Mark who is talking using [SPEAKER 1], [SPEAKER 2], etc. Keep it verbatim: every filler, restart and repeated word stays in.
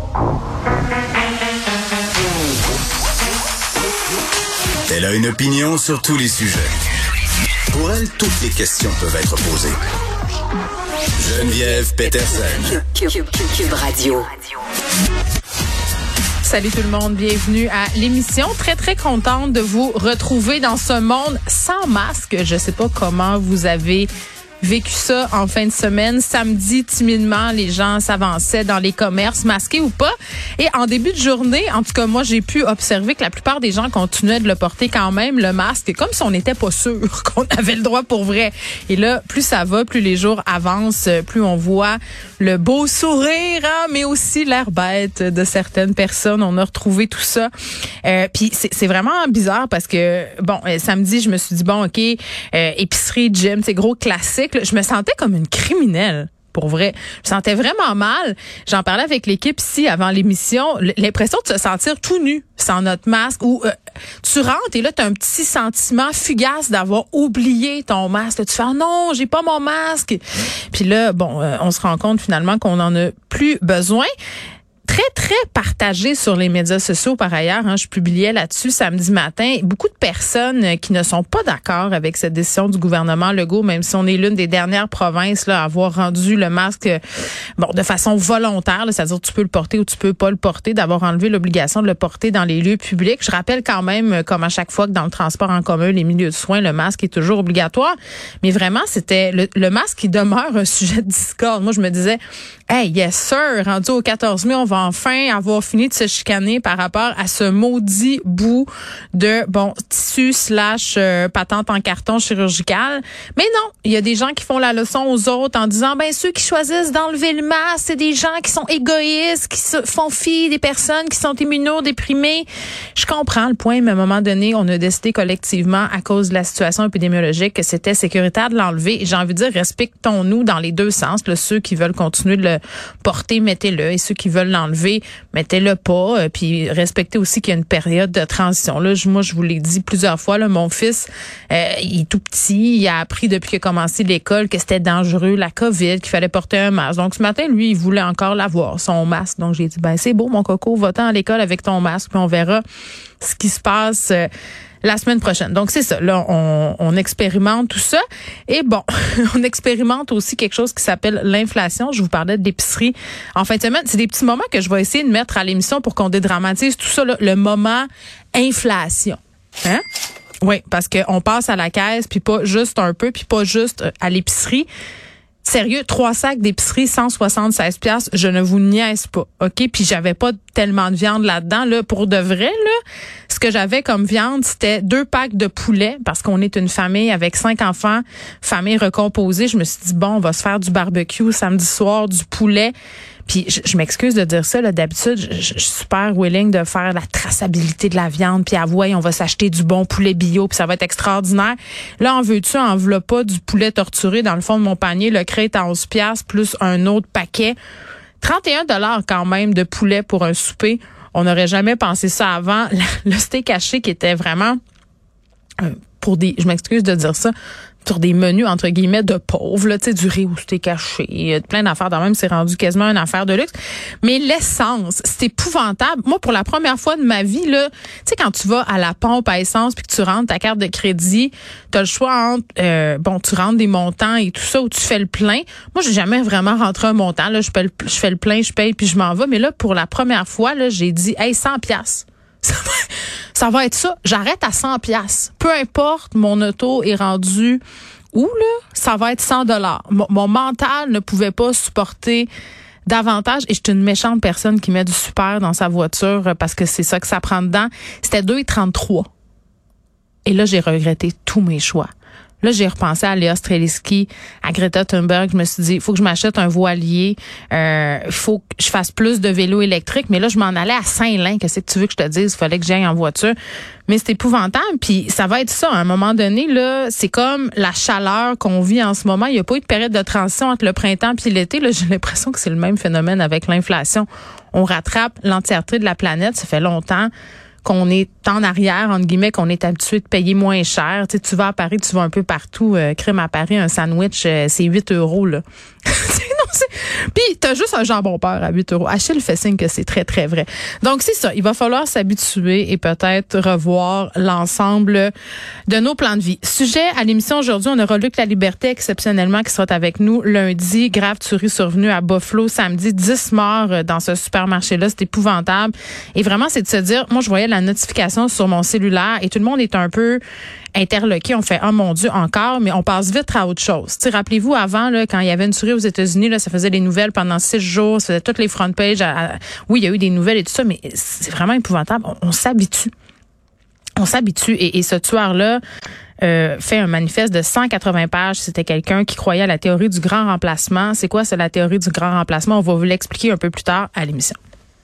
[SPEAKER 1] Elle a une opinion sur tous les sujets. Pour elle, toutes les questions peuvent être posées. Geneviève Peterson.
[SPEAKER 2] Cube, Cube, Cube Radio.
[SPEAKER 3] Salut tout le monde, bienvenue à l'émission. Très, très contente de vous retrouver dans ce monde sans masque. Je sais pas comment vous avez vécu ça en fin de semaine. Samedi, timidement, les gens s'avançaient dans les commerces, masqués ou pas. Et en début de journée, en tout cas, moi, j'ai pu observer que la plupart des gens continuaient de le porter quand même, le masque, comme si on n'était pas sûr qu'on avait le droit pour vrai. Et là, plus ça va, plus les jours avancent, plus on voit le beau sourire, hein, mais aussi l'air bête de certaines personnes. On a retrouvé tout ça. Euh, puis c'est, c'est vraiment bizarre parce que, bon, euh, samedi, je me suis dit, bon, OK, euh, épicerie, gym, c'est gros classique. Je me sentais comme une criminelle. Pour vrai. Je me sentais vraiment mal. J'en parlais avec l'équipe ici avant l'émission. L'impression de se sentir tout nu sans notre masque. Ou euh, tu rentres et là, tu as un petit sentiment fugace d'avoir oublié ton masque. Là, tu fais oh non, j'ai pas mon masque. Puis là, bon, euh, on se rend compte finalement qu'on en a plus besoin. Très, très partagé sur les médias sociaux par ailleurs. Hein, je publiais là-dessus samedi matin. Beaucoup de personnes qui ne sont pas d'accord avec cette décision du gouvernement Legault, même si on est l'une des dernières provinces là, à avoir rendu le masque bon de façon volontaire, là, c'est-à-dire tu peux le porter ou tu peux pas le porter, d'avoir enlevé l'obligation de le porter dans les lieux publics. Je rappelle quand même, comme à chaque fois que dans le transport en commun, les milieux de soins, le masque est toujours obligatoire. Mais vraiment, c'était le, le masque qui demeure un sujet de discorde. Moi, je me disais, hey, yes sir, rendu au quatorze mai, on va enfin avoir fini de se chicaner par rapport à ce maudit bout de bon tissu slash euh, patente en carton chirurgical. Mais non, il y a des gens qui font la leçon aux autres en disant ben ceux qui choisissent d'enlever le masque, c'est des gens qui sont égoïstes, qui se font fi des personnes qui sont immunodéprimées. Je comprends le point, mais à un moment donné, on a décidé collectivement à cause de la situation épidémiologique que c'était sécuritaire de l'enlever. Et j'ai envie de dire respectons-nous dans les deux sens. Là, ceux qui veulent continuer de le porter, mettez-le, et ceux qui veulent l'enlever, mettez-le pas. Euh, puis respectez aussi qu'il y a une période de transition. Là, je, moi, je vous l'ai dit plusieurs fois, là, mon fils, euh, il est tout petit, il a appris depuis qu'il a commencé l'école que c'était dangereux, la COVID, qu'il fallait porter un masque. Donc ce matin, lui, il voulait encore l'avoir, son masque. Donc j'ai dit, ben c'est beau, mon coco, va-t'en à l'école avec ton masque, puis on verra ce qui se passe euh, la semaine prochaine. Donc, c'est ça. Là, on, on expérimente tout ça. Et bon, on expérimente aussi quelque chose qui s'appelle l'inflation. Je vous parlais de l'épicerie en fin de semaine. C'est des petits moments que je vais essayer de mettre à l'émission pour qu'on dédramatise tout ça, là, le moment inflation. Hein? Oui, parce qu'on passe à la caisse, puis pas juste un peu, puis pas juste à l'épicerie. Sérieux, trois sacs d'épicerie, cent soixante-seize piastres, je ne vous niaise pas, OK? Puis j'avais pas tellement de viande là-dedans, là, pour de vrai, là. Ce que j'avais comme viande, c'était deux packs de poulet, parce qu'on est une famille avec cinq enfants, famille recomposée. Je me suis dit, bon, on va se faire du barbecue samedi soir, du poulet. Puis je, je m'excuse de dire ça, là, d'habitude, je, je, je suis super willing de faire la traçabilité de la viande, puis avouez, on va s'acheter du bon poulet bio, puis ça va être extraordinaire. Là, en veux-tu, en v'là pas du poulet torturé dans le fond de mon panier, le crate à onze piastres, plus un autre paquet. trente et un dollars quand même de poulet pour un souper. On n'aurait jamais pensé ça avant. Le steak haché qui était vraiment euh, pour des, je m'excuse de dire ça, sur des menus, entre guillemets, de pauvres, là, tu sais, du riz au steak haché, plein d'affaires. Dans même, c'est rendu quasiment une affaire de luxe. Mais l'essence, c'est épouvantable. Moi, pour la première fois de ma vie, là, tu sais, quand tu vas à la pompe à essence puis que tu rentres ta carte de crédit, t'as le choix entre, euh, bon, tu rentres des montants et tout ça, ou tu fais le plein. Moi, j'ai jamais vraiment rentré un montant, là. Je fais le, je fais le plein, je paye puis je m'en vais. Mais là, pour la première fois, là, j'ai dit, hey, cent piastres. Ça va, ça va être ça. J'arrête à cent piastres. Peu importe, mon auto est rendu où, là, ça va être cent dollars. Mon, mon mental ne pouvait pas supporter davantage. Et je suis une méchante personne qui met du super dans sa voiture parce que c'est ça que ça prend dedans. C'était deux trente-trois. Et là, j'ai regretté tous mes choix. Là, j'ai repensé à Léa Streliski, à Greta Thunberg. Je me suis dit, il faut que je m'achète un voilier. Il euh, faut que je fasse plus de vélo électrique. Mais là, je m'en allais à Saint-Lin. Qu'est-ce que tu veux que je te dise? Il fallait que j'aille en voiture. Mais c'est épouvantable. Puis ça va être ça. À un moment donné, là, c'est comme la chaleur qu'on vit en ce moment. Il n'y a pas eu de période de transition entre le printemps et l'été. Là, j'ai l'impression que c'est le même phénomène avec l'inflation. On rattrape l'entièreté de la planète. Ça fait longtemps qu'on est en arrière, entre guillemets, qu'on est habitué de payer moins cher. Tu sais, tu vas à Paris, tu vas un peu partout. Euh, crème à Paris, un sandwich, euh, c'est huit euros, là. Non, Puis t'as juste un jambon beurre à huit euros. Achille fait signe que c'est très, très vrai. Donc, c'est ça. Il va falloir s'habituer et peut-être revoir l'ensemble de nos plans de vie. Sujet à l'émission aujourd'hui, on aura Luc La Liberté exceptionnellement qui sera avec nous lundi. Grave tuerie survenue à Buffalo samedi. dix morts dans ce supermarché-là. C'est épouvantable. Et vraiment, c'est de se dire, moi, je voyais la notification sur mon cellulaire et tout le monde est un peu interloqué. On fait, oh mon Dieu, encore, mais on passe vite à autre chose. T'sais, rappelez-vous, avant, là, quand il y avait une tuerie aux États-Unis, là, ça faisait des nouvelles pendant six jours, ça faisait toutes les front pages. À, à, oui, il y a eu des nouvelles et tout ça, mais c'est vraiment épouvantable. On, on s'habitue. On s'habitue. Et, et ce tueur-là euh, fait un manifeste de cent quatre-vingts pages. C'était quelqu'un qui croyait à la théorie du grand remplacement. C'est quoi, c'est la théorie du grand remplacement? On va vous l'expliquer un peu plus tard à l'émission.